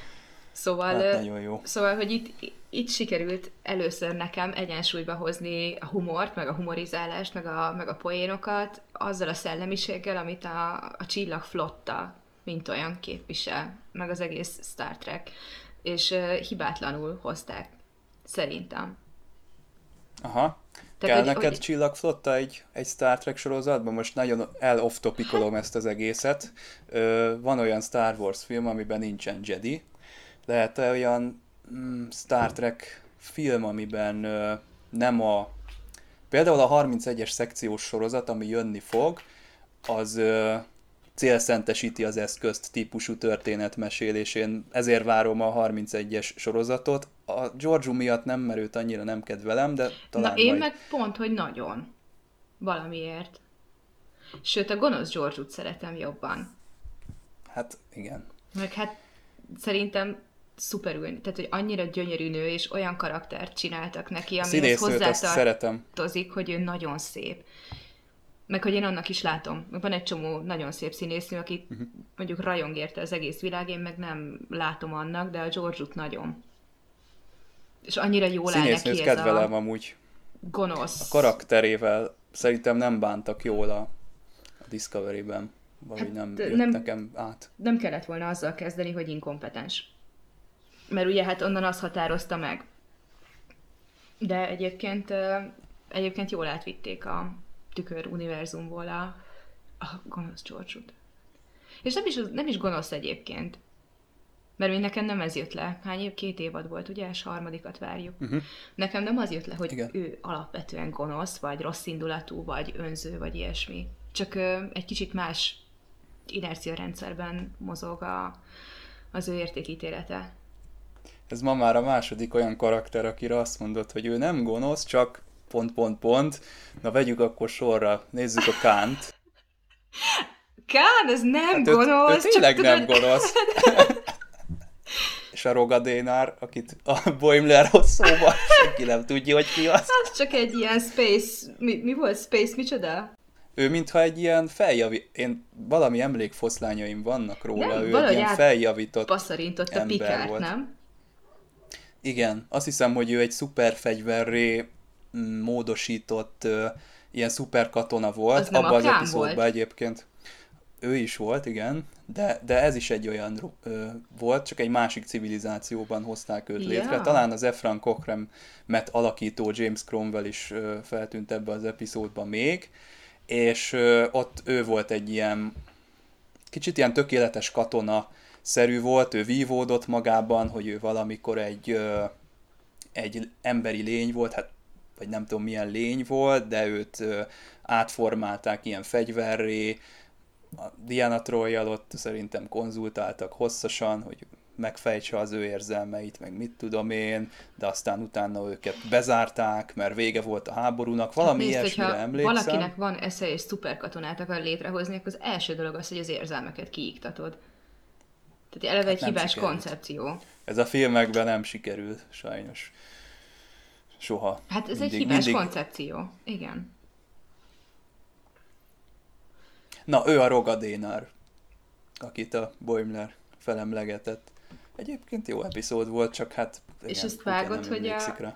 [SPEAKER 1] Hát
[SPEAKER 2] Szóval,
[SPEAKER 1] nagyon jó.
[SPEAKER 2] szóval, hogy itt sikerült először nekem egyensúlyba hozni a humort, meg a humorizálást, meg a poénokat, azzal a szellemiséggel, amit a csillagflotta mint olyan képvisel, meg az egész Star Trek. És hibátlanul hozták, szerintem.
[SPEAKER 1] Aha.
[SPEAKER 2] Tehát,
[SPEAKER 1] Kell neked csillagflotta egy Star Trek sorozatban? Most nagyon off-topicalom ezt az egészet. Van olyan Star Wars film, amiben nincsen Jedi. Lehet olyan Star Trek film, amiben nem például a 31-es szekciós sorozat, ami jönni fog, az célszentesíti az eszközt típusú történetmesélésén, ezért várom a 31-es sorozatot. A Giorgio miatt nem, mert őt annyira nem kedvelem, de
[SPEAKER 2] Na
[SPEAKER 1] talán
[SPEAKER 2] én
[SPEAKER 1] majd...
[SPEAKER 2] meg pont, hogy nagyon. Valamiért. Sőt, a gonosz George-ut szeretem jobban.
[SPEAKER 1] Hát igen.
[SPEAKER 2] Meg hát szerintem szuperül, tehát hogy annyira gyönyörű nő, és olyan karaktert csináltak neki, amihez
[SPEAKER 1] szeretem.
[SPEAKER 2] hozzátartozik, hogy ő nagyon szép. Meg hogy én annak is látom. Meg van egy csomó nagyon szép színésznő, aki mondjuk rajong érte az egész világ, én meg nem látom annak, de a George-ut nagyon. És annyira jól áll neki ez
[SPEAKER 1] kedvelem amúgy.
[SPEAKER 2] gonosz.
[SPEAKER 1] A karakterével szerintem nem bántak jól a Discovery-ben. Valahogy nem jött nekem át.
[SPEAKER 2] Nem kellett volna azzal kezdeni, hogy inkompetens. Mert ugye hát onnan azt határozta meg. De egyébként jól átvitték a tükör univerzumból a gonosz George-ut. És nem is gonosz egyébként. Mert még nekem nem ez jött le. Hány év? 2 évad volt, ugye? És harmadikat várjuk. Nekem nem az jött le, hogy
[SPEAKER 1] igen,
[SPEAKER 2] ő alapvetően gonosz, vagy rossz indulatú, vagy önző, vagy ilyesmi. Csak egy kicsit más inercia rendszerben mozog az ő értékítélete.
[SPEAKER 1] Ez ma már a második olyan karakter, akire azt mondod, hogy ő nem gonosz, csak ... Na vegyük akkor sorra, nézzük a Kánt.
[SPEAKER 2] Kán, ez nem
[SPEAKER 1] Hát
[SPEAKER 2] gonosz!
[SPEAKER 1] ő tényleg nem gonosz. És a Rogadénár, akit a Boimler hoz szóba, senki nem tudja, hogy ki az.
[SPEAKER 2] Az csak egy ilyen space... Mi volt space? Micsoda?
[SPEAKER 1] Ő mintha egy ilyen valami emlékfoszlányaim vannak róla,
[SPEAKER 2] Nem,
[SPEAKER 1] ő egy ilyen feljavított
[SPEAKER 2] passzarintott a Pikárt,
[SPEAKER 1] volt.
[SPEAKER 2] nem?
[SPEAKER 1] Igen, azt hiszem, hogy ő egy szuperfegyverré módosított ilyen szuperkatona volt.
[SPEAKER 2] Az nem
[SPEAKER 1] abban az
[SPEAKER 2] Kán
[SPEAKER 1] epizódban
[SPEAKER 2] volt.
[SPEAKER 1] Egyébként. Ő is volt, igen, de ez is egy olyan volt, csak egy másik civilizációban hozták őt létre.
[SPEAKER 2] Ja.
[SPEAKER 1] Talán az Ephraim Cochrane-et alakító James Cromwell is feltűnt ebbe az epizódban még, és ott ő volt egy ilyen kicsit ilyen tökéletes katona-szerű volt, ő vívódott magában, hogy ő valamikor egy emberi lény volt, hát vagy nem tudom milyen lény volt, de őt átformálták ilyen fegyverré. A Diana Troy-jal ott szerintem konzultáltak hosszasan, hogy megfejtse az ő érzelmeit, meg mit tudom én, de aztán utána őket bezárták, mert vége volt a háborúnak, valami ilyesmire emlékszem.
[SPEAKER 2] Valakinek van esze és szuperkatonát akar létrehozni, akkor az első dolog az, hogy az érzelmeket kiiktatod. Tehát eleve egy hibás koncepció.
[SPEAKER 1] Ez a filmekben nem sikerül, sajnos. Soha.
[SPEAKER 2] Hát ez egy hibás koncepció. Igen.
[SPEAKER 1] Na, ő a Rogadénár, akit a Boimler felemlegetett. Egyébként jó epizód volt, csak hát...
[SPEAKER 2] Igen, és ezt vágod, hogy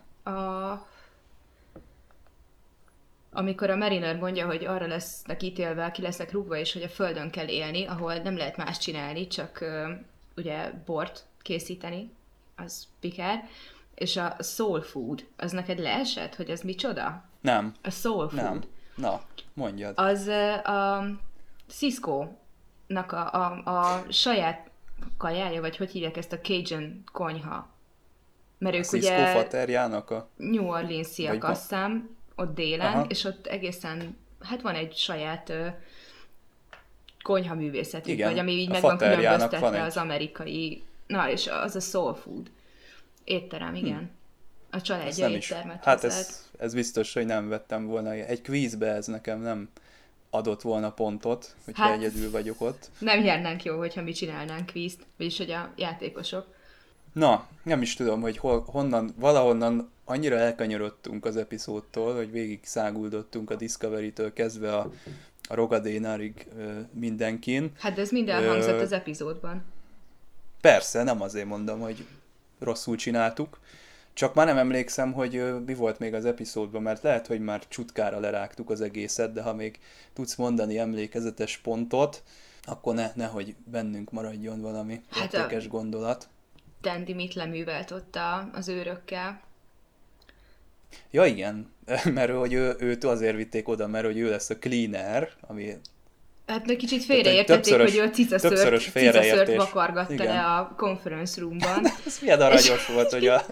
[SPEAKER 2] amikor a Mariner mondja, hogy arra lesznek ítélve, ki lesznek rúgva, és hogy a Földön kell élni, ahol nem lehet más csinálni, csak ugye bort készíteni, az Picard, és a soul food, az neked leesett, hogy ez micsoda?
[SPEAKER 1] Nem.
[SPEAKER 2] A soul food.
[SPEAKER 1] Nem. Na, mondjad.
[SPEAKER 2] Az a Cisco-nak a saját kajája, vagy hogy hívják ezt a Cajun konyha. Mert ők
[SPEAKER 1] Cisco
[SPEAKER 2] ugye
[SPEAKER 1] faterjának a...
[SPEAKER 2] New Orleans-iak, azt hiszem, ott délen,
[SPEAKER 1] aha,
[SPEAKER 2] és ott egészen, hát van egy saját konyhaművészetük, vagy ami így meg van különböztetve az amerikai, na és az a soul food étterem, igen. A
[SPEAKER 1] Ezt
[SPEAKER 2] családja
[SPEAKER 1] nem is.
[SPEAKER 2] éttermet
[SPEAKER 1] Hát
[SPEAKER 2] vezet.
[SPEAKER 1] ez biztos, hogy nem vettem volna. Egy kvízbe ez nekem nem adott volna pontot, hogyha
[SPEAKER 2] Hát
[SPEAKER 1] egyedül vagyok ott.
[SPEAKER 2] nem járnánk jó, hogyha mi csinálnánk kvízt, vagyis hogy a játékosok.
[SPEAKER 1] Na, nem is tudom, hogy valahonnan annyira elkanyarodtunk az epizódtól, hogy végig száguldottunk a Discovery-től kezdve a Rogadénárig mindenkin.
[SPEAKER 2] Hát de ez mind elhangzott az epizódban.
[SPEAKER 1] Persze, nem azért mondom, hogy rosszul csináltuk, csak már nem emlékszem, hogy mi volt még az epizódban, mert lehet, hogy már csutkára lerágtuk az egészet, de ha még tudsz mondani emlékezetes pontot, akkor nehogy bennünk maradjon valami értékes gondolat.
[SPEAKER 2] Tandy mit leművelt ott az őrökkel.
[SPEAKER 1] Ja igen, mert hogy őt azért vitték oda, mert hogy ő lesz a cleaner, ami...
[SPEAKER 2] Hát meg kicsit félreértették, hogy ő a cicaszört vakargatta
[SPEAKER 1] igen.
[SPEAKER 2] le a conference roomban.
[SPEAKER 1] Ez milyen aranyos volt, hogy a...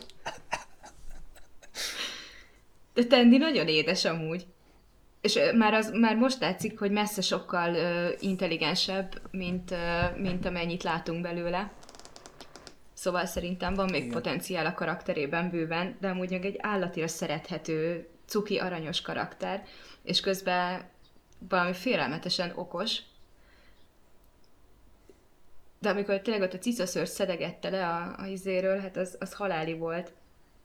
[SPEAKER 2] De Tandy nagyon édes amúgy. És már most látszik, hogy messze sokkal intelligensebb, mint amennyit látunk belőle. Szóval szerintem van még potenciál a karakterében bőven, de amúgy meg egy állatira szerethető, cuki, aranyos karakter, és közben valami félelmetesen okos. De amikor tényleg ott a cicaszőrt szedegette le a izéről, hát az haláli volt.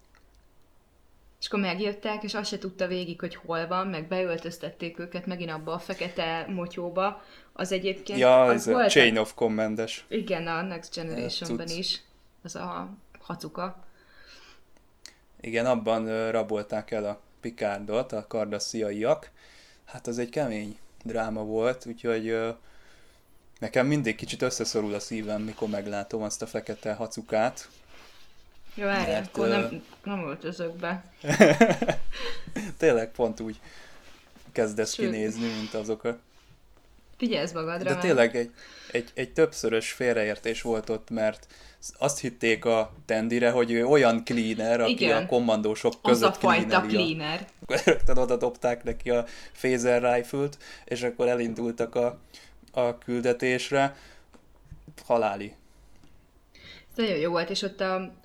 [SPEAKER 2] És akkor megjöttek, és azt se tudta végig, hogy hol van, meg beöltöztették őket megint abba a fekete motyóba. Az egyébként...
[SPEAKER 1] Ja,
[SPEAKER 2] az
[SPEAKER 1] ez a Chain of Command-es.
[SPEAKER 2] Igen, a Next Generation-ben is. Az a hacuka.
[SPEAKER 1] Igen, abban rabolták el a Picardot, a kardassziaiak. Hát az egy kemény dráma volt, úgyhogy nekem mindig kicsit összeszorul a szívem, mikor meglátom azt a fekete hacukát.
[SPEAKER 2] Jó, várjál, akkor nem öltözök be.
[SPEAKER 1] Tényleg pont úgy kezdesz kinézni, mint azok a...
[SPEAKER 2] Figyelsz magadra.
[SPEAKER 1] De tényleg egy többszörös félreértés volt ott, mert azt hitték a Tandire, hogy ő olyan cleaner, aki igen, a kommandósok között
[SPEAKER 2] az a fajta cleaner.
[SPEAKER 1] Akkor rögtön oda dobták neki a phaser rifle-t, és akkor elindultak a küldetésre. Haláli.
[SPEAKER 2] Ez nagyon jó volt, és ott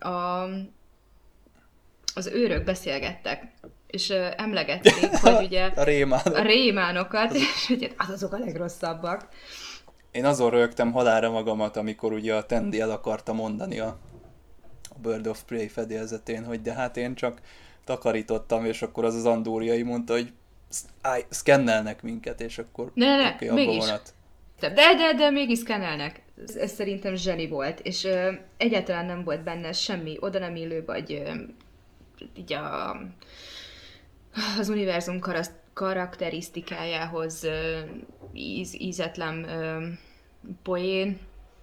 [SPEAKER 2] az őrök beszélgettek, és emlegették, hogy ugye a rémánokat, és hogy azok a legrosszabbak.
[SPEAKER 1] Én azon rögtem halálra magamat, amikor ugye a Tandy el akarta mondani a Bird of Prey fedélzetén, hogy de hát én csak takarítottam, és akkor az andóriai mondta, hogy szkennelnek minket, és akkor
[SPEAKER 2] okay, mégis. De mégis szkennelnek. Ez szerintem zseni volt, és egyáltalán nem volt benne semmi oda nem illő, vagy így az univerzum karakterisztikájához ízetlen poén.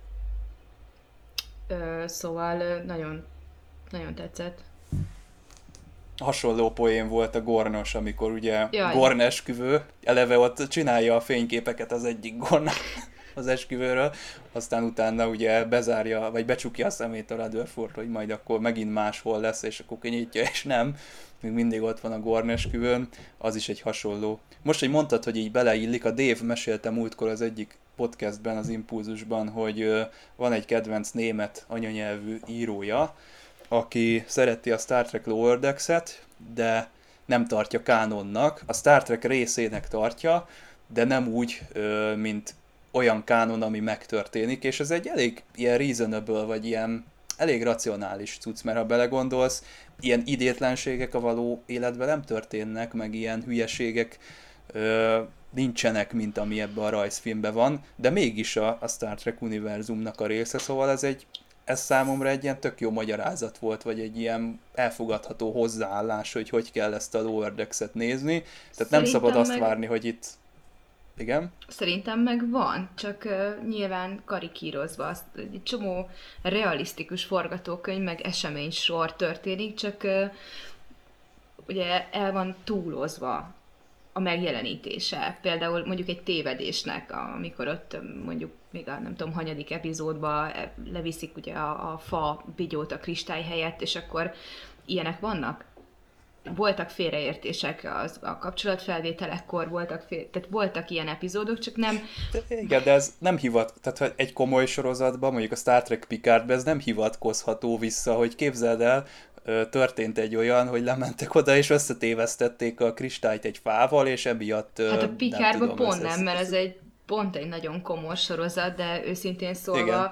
[SPEAKER 2] Szóval nagyon, nagyon tetszett.
[SPEAKER 1] Hasonló poén volt a Gornos, amikor ugye Gorn esküvő, eleve ott csinálja a fényképeket az egyik Gorn az esküvőről, aztán utána ugye bezárja, vagy becsukja a szemét a Rutherford, hogy majd akkor megint máshol lesz, és akkor kinyitja, és nem. Még mindig ott van a Gorn esküvőn, az is egy hasonló. Most, hogy mondtad, hogy így beleillik, a Dave mesélte múltkor az egyik podcastben, az Impulzusban, hogy van egy kedvenc német anyanyelvű írója, aki szereti a Star Trek Lower Decks-et, de nem tartja kánonnak. A Star Trek részének tartja, de nem úgy, mint olyan kánon, ami megtörténik, és ez egy elég ilyen reasonable, vagy ilyen elég racionális cucc, mert ha belegondolsz, ilyen idétlenségek a való életben nem történnek, meg ilyen hülyeségek nincsenek, mint ami ebben a rajzfilmben van, de mégis a Star Trek univerzumnak a része, szóval ez számomra egy ilyen tök jó magyarázat volt, vagy egy ilyen elfogadható hozzáállás, hogy kell ezt a Lower Decks-et nézni. Tehát nem szabad azt várni, hogy itt... Igen?
[SPEAKER 2] Szerintem meg van, csak nyilván karikírozva. Egy csomó realisztikus forgatókönyv, meg eseménysor történik, csak ugye el van túlozva a megjelenítése. Például mondjuk egy tévedésnek, amikor ott mondjuk még a nem tudom hanyadik epizódban leviszik ugye a fa bigyót a kristály helyett, és akkor ilyenek vannak. Voltak félreértések a kapcsolatfelvételekkor, tehát voltak ilyen epizódok, csak nem...
[SPEAKER 1] Igen, de ez nem tehát egy komoly sorozatban, mondjuk a Star Trek Picardban ez nem hivatkozható vissza, hogy képzeld el, történt egy olyan, hogy lementek oda, és összetévesztették a kristályt egy fával, és emiatt
[SPEAKER 2] Hát a
[SPEAKER 1] nem
[SPEAKER 2] Picardban
[SPEAKER 1] tudom,
[SPEAKER 2] pont nem, mert ez pont egy nagyon komoly sorozat, de őszintén
[SPEAKER 1] igen.
[SPEAKER 2] szólva,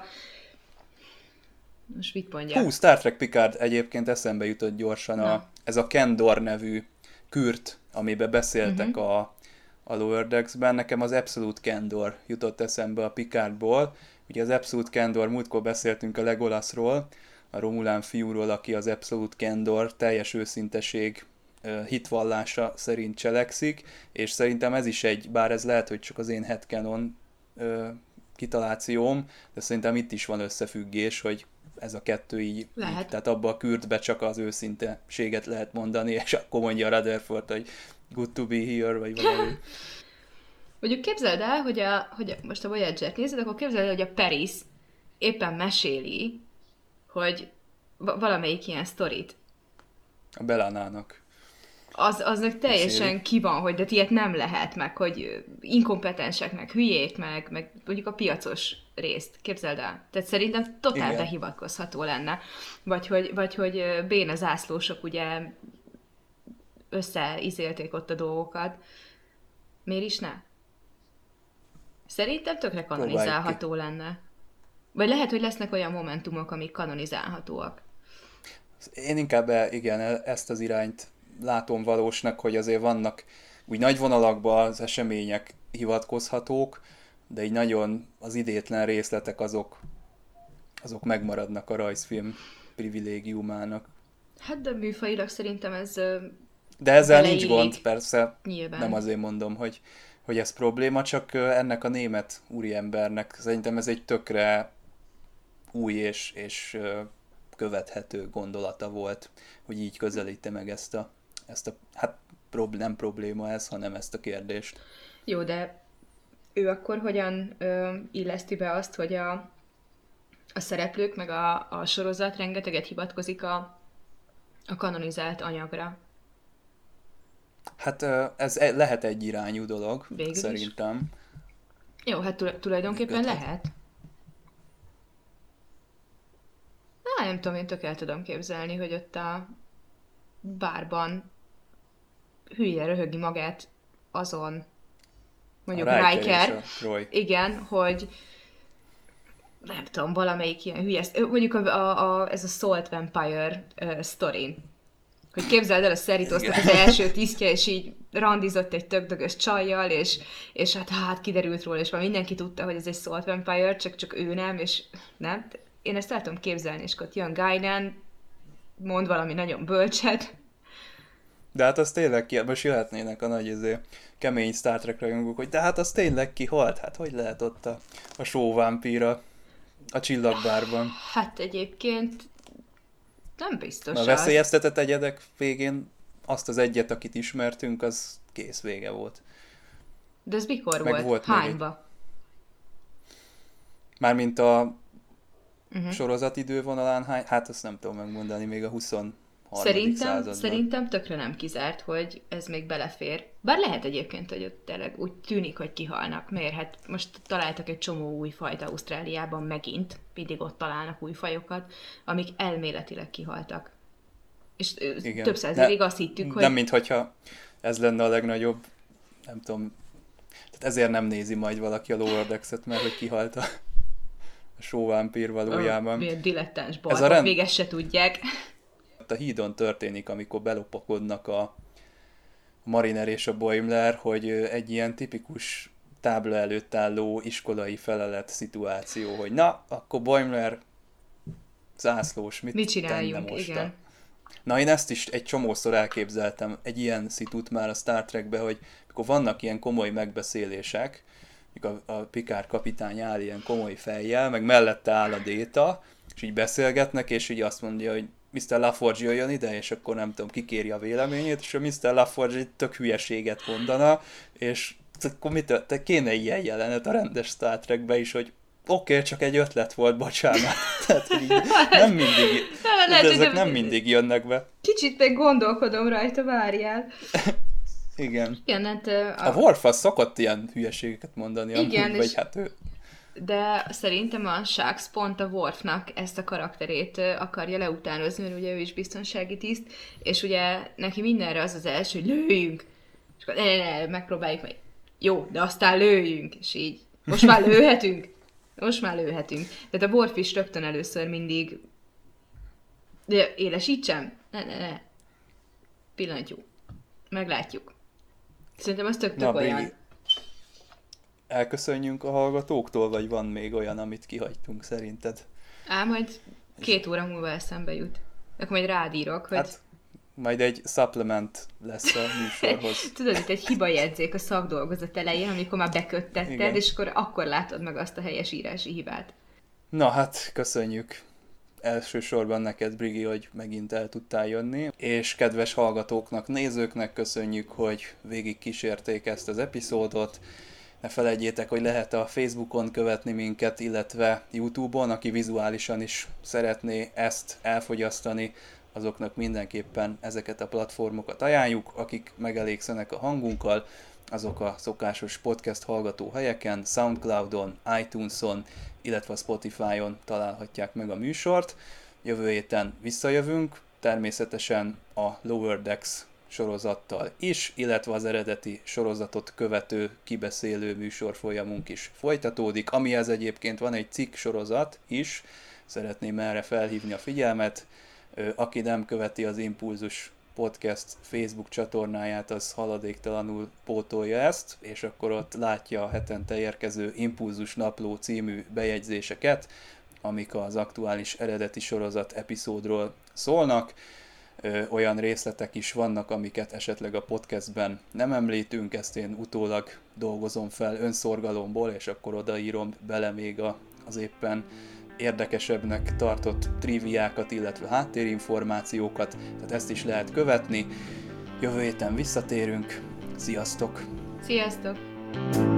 [SPEAKER 2] most mit
[SPEAKER 1] Hú,
[SPEAKER 2] mondjak?
[SPEAKER 1] Star Trek Picard egyébként eszembe jutott gyorsan
[SPEAKER 2] Na.
[SPEAKER 1] ez a Kendor nevű kürt, amiben beszéltek
[SPEAKER 2] Uh-huh.
[SPEAKER 1] a Lower Decks-ben. Nekem az Absolute Candor jutott eszembe a Picardból. Ugye az Absolute Candor, múltkor beszéltünk a Legolasról, a Romulán fiúról, aki az Absolute Candor teljes őszinteség hitvallása szerint cselekszik, és szerintem ez is bár ez lehet, hogy csak az én headcanon kitalációm, de szerintem itt is van összefüggés, hogy ez a kettő így
[SPEAKER 2] Lehet.
[SPEAKER 1] tehát abba a kürtbe csak az őszinteséget lehet mondani, és akkor mondja a Rutherford, hogy good to be here, vagy valami.
[SPEAKER 2] Mondjuk képzeld el, hogy most a Voyager-t nézed, akkor képzeld el, hogy a Paris éppen meséli, hogy valamelyik ilyen sztorit.
[SPEAKER 1] A Belanának.
[SPEAKER 2] Aznak teljesen
[SPEAKER 1] Meséli.
[SPEAKER 2] ki van, hogy de ilyet nem lehet, meg hogy inkompetensek, meg hülyék, meg mondjuk a piacos részt, képzeld el. Tehát szerintem totál
[SPEAKER 1] Igen.
[SPEAKER 2] behivatkozható lenne. Vagy hogy béna zászlósok ugye összeizélték ott a dolgokat. Miért is ne? Szerintem tökre
[SPEAKER 1] Próbáljuk
[SPEAKER 2] kanonizálható lenne. Vagy lehet, hogy lesznek olyan momentumok, amik kanonizálhatóak.
[SPEAKER 1] Én inkább igen, ezt az irányt látom valósnak, hogy azért vannak úgy nagy vonalakban az események hivatkozhatók, de így nagyon az idétlen részletek azok megmaradnak a rajzfilm privilégiumának.
[SPEAKER 2] Hát de műfajilag szerintem ez
[SPEAKER 1] De ezzel nincs
[SPEAKER 2] beleillik
[SPEAKER 1] gond, persze,
[SPEAKER 2] nyilván.
[SPEAKER 1] nem azért mondom, hogy ez probléma, csak ennek a német úriembernek szerintem ez egy tökre új és követhető gondolata volt, hogy így közelíti meg ezt a hát nem probléma ez, hanem ezt a kérdést.
[SPEAKER 2] Jó, de ő akkor hogyan illeszti be azt, hogy a szereplők, meg a sorozat rengeteget hivatkozik a kanonizált anyagra?
[SPEAKER 1] Hát ez lehet egy irányú dolog,
[SPEAKER 2] Végül is.
[SPEAKER 1] szerintem.
[SPEAKER 2] Jó, hát tulajdonképpen
[SPEAKER 1] Működhet.
[SPEAKER 2] lehet. Nem tudom, én tök el tudom képzelni, hogy ott a bárban hülye röhögi magát azon, mondjuk
[SPEAKER 1] A Riker és
[SPEAKER 2] Riker,
[SPEAKER 1] a Troy.
[SPEAKER 2] igen, hogy nem tudom, valamelyik ilyen hülye, mondjuk ez a Salt Vampire sztorin. Hogy képzeld el, a Cerritosnak az első tisztje, és így randizott egy tök dögös csajjal, és hát kiderült róla, és már mindenki tudta, hogy ez egy Salt Vampire, csak ő nem, és nem. Én ezt el tudom képzelni, és akkor jön Guinan, mond valami nagyon bölcset.
[SPEAKER 1] De hát az tényleg most jöhetnének a nagy kemény Star Trek rajongók, hogy de hát az tényleg kihalt, hát hogy lehet ott a sóvámpíra a csillagbárban.
[SPEAKER 2] Hát egyébként nem biztos
[SPEAKER 1] A
[SPEAKER 2] az.
[SPEAKER 1] veszélyeztetett egyedek végén azt az egyet, akit ismertünk, az kész vége volt.
[SPEAKER 2] De ez mikor
[SPEAKER 1] Meg
[SPEAKER 2] volt?
[SPEAKER 1] volt még
[SPEAKER 2] Hányba?
[SPEAKER 1] Mármint a sorozat idővonalán, hát azt nem tudom megmondani, még a 23. században.
[SPEAKER 2] Szerintem tökre nem kizárt, hogy ez még belefér. Bár lehet egyébként, hogy ott tényleg úgy tűnik, hogy kihalnak. Miért? Hát most találtak egy csomó új fajt Ausztráliában megint, mindig ott találnak új fajokat, amik elméletileg kihaltak. És
[SPEAKER 1] Igen.
[SPEAKER 2] több száz évig azt hittük, hogy...
[SPEAKER 1] Nem minthogyha ez lenne a legnagyobb, nem tudom, tehát ezért nem nézi majd valaki a Lower Decks-et, mert hogy kihalt a sóvámpír valójában.
[SPEAKER 2] Milyen dilettáns
[SPEAKER 1] Ez a
[SPEAKER 2] balkok,
[SPEAKER 1] rend-
[SPEAKER 2] még ezt se tudják.
[SPEAKER 1] A hídon történik, amikor belopakodnak a Mariner és a Boimler, hogy egy ilyen tipikus tábla előtt álló iskolai felelet szituáció, hogy na, akkor Boimler zászlós, mit
[SPEAKER 2] Mit
[SPEAKER 1] tenne
[SPEAKER 2] csináljunk,
[SPEAKER 1] most?
[SPEAKER 2] igen.
[SPEAKER 1] Na, én ezt is egy csomószor elképzeltem, egy ilyen szitut már a Star Trekbe, hogy mikor vannak ilyen komoly megbeszélések, mikor a Picard kapitány áll ilyen komoly fejjel, meg mellette áll a Data, és így beszélgetnek, és így azt mondja, hogy Mr. LaForge jöjjön ide, és akkor nem tudom, kikéri a véleményét, és a Mr. LaForge egy tök hülyeséget mondana, és akkor mit kéne ilyen jelenet a rendes Star Trekbe is, hogy oké, csak egy ötlet volt, bocsánat. Tehát, hogy így nem mindig,
[SPEAKER 2] Lehet,
[SPEAKER 1] de
[SPEAKER 2] hogy
[SPEAKER 1] ezek nem mindig jönnek be.
[SPEAKER 2] Kicsit még gondolkodom rajta, várjál.
[SPEAKER 1] Igen.
[SPEAKER 2] Igen, hát
[SPEAKER 1] A Worf az szokott ilyen hülyeségeket mondani,
[SPEAKER 2] Igen,
[SPEAKER 1] amúgy, vagy
[SPEAKER 2] és-
[SPEAKER 1] hát ő...
[SPEAKER 2] de szerintem a Shax pont a Worfnak ezt a karakterét akarja leutánozni, mert ugye ő is biztonsági tiszt, és ugye neki mindenre az az első, hogy lőjünk. És akkor ne, megpróbáljuk meg. Jó, de aztán lőjünk, és így. Most már lőhetünk? Most már lőhetünk. Tehát a Worf is rögtön először mindig de élesítsem? Ne. Pillanatjú. Meglátjuk. Szerintem az tök olyan.
[SPEAKER 1] Elköszönjünk a hallgatóktól, vagy van még olyan, amit kihagytunk szerinted?
[SPEAKER 2] Majd 2 óra múlva eszembe jut. Akkor majd rád írok, hogy...
[SPEAKER 1] Hát, majd egy supplement lesz a műsorhoz.
[SPEAKER 2] Tudod, itt egy hibajegyzék a szakdolgozat elején, amikor már beköttetted, igen. És akkor látod meg azt a helyesírási hibát.
[SPEAKER 1] Na hát, köszönjük elsősorban neked, Brigi, hogy megint el tudtál jönni, és kedves hallgatóknak, nézőknek köszönjük, hogy végig kísérték ezt az epizódot. Ne felejtjétek, hogy lehet a Facebookon követni minket, illetve YouTube-on, aki vizuálisan is szeretné ezt elfogyasztani, azoknak mindenképpen ezeket a platformokat ajánljuk, akik megelégszenek a hangunkkal, azok a szokásos podcast hallgató helyeken, Soundcloudon, iTunes-on, illetve a Spotify-on találhatják meg a műsort. Jövő héten visszajövünk, természetesen a Lower Decks sorozattal is, illetve az eredeti sorozatot követő kibeszélő műsorfolyamunk is folytatódik, amihez egyébként van egy cikk sorozat is, szeretném erre felhívni a figyelmet. Aki nem követi az Impulzus Podcast Facebook csatornáját, az haladéktalanul pótolja ezt, és akkor ott látja a hetente érkező Impulzus Napló című bejegyzéseket, amik az aktuális eredeti sorozat epizódról szólnak. Olyan részletek is vannak, amiket esetleg a podcastben nem említünk, ezt én utólag dolgozom fel önszorgalomból, és akkor odaírom bele még az éppen érdekesebbnek tartott triviákat, illetve háttérinformációkat, tehát ezt is lehet követni. Jövő héten visszatérünk. Sziasztok!
[SPEAKER 2] Sziasztok!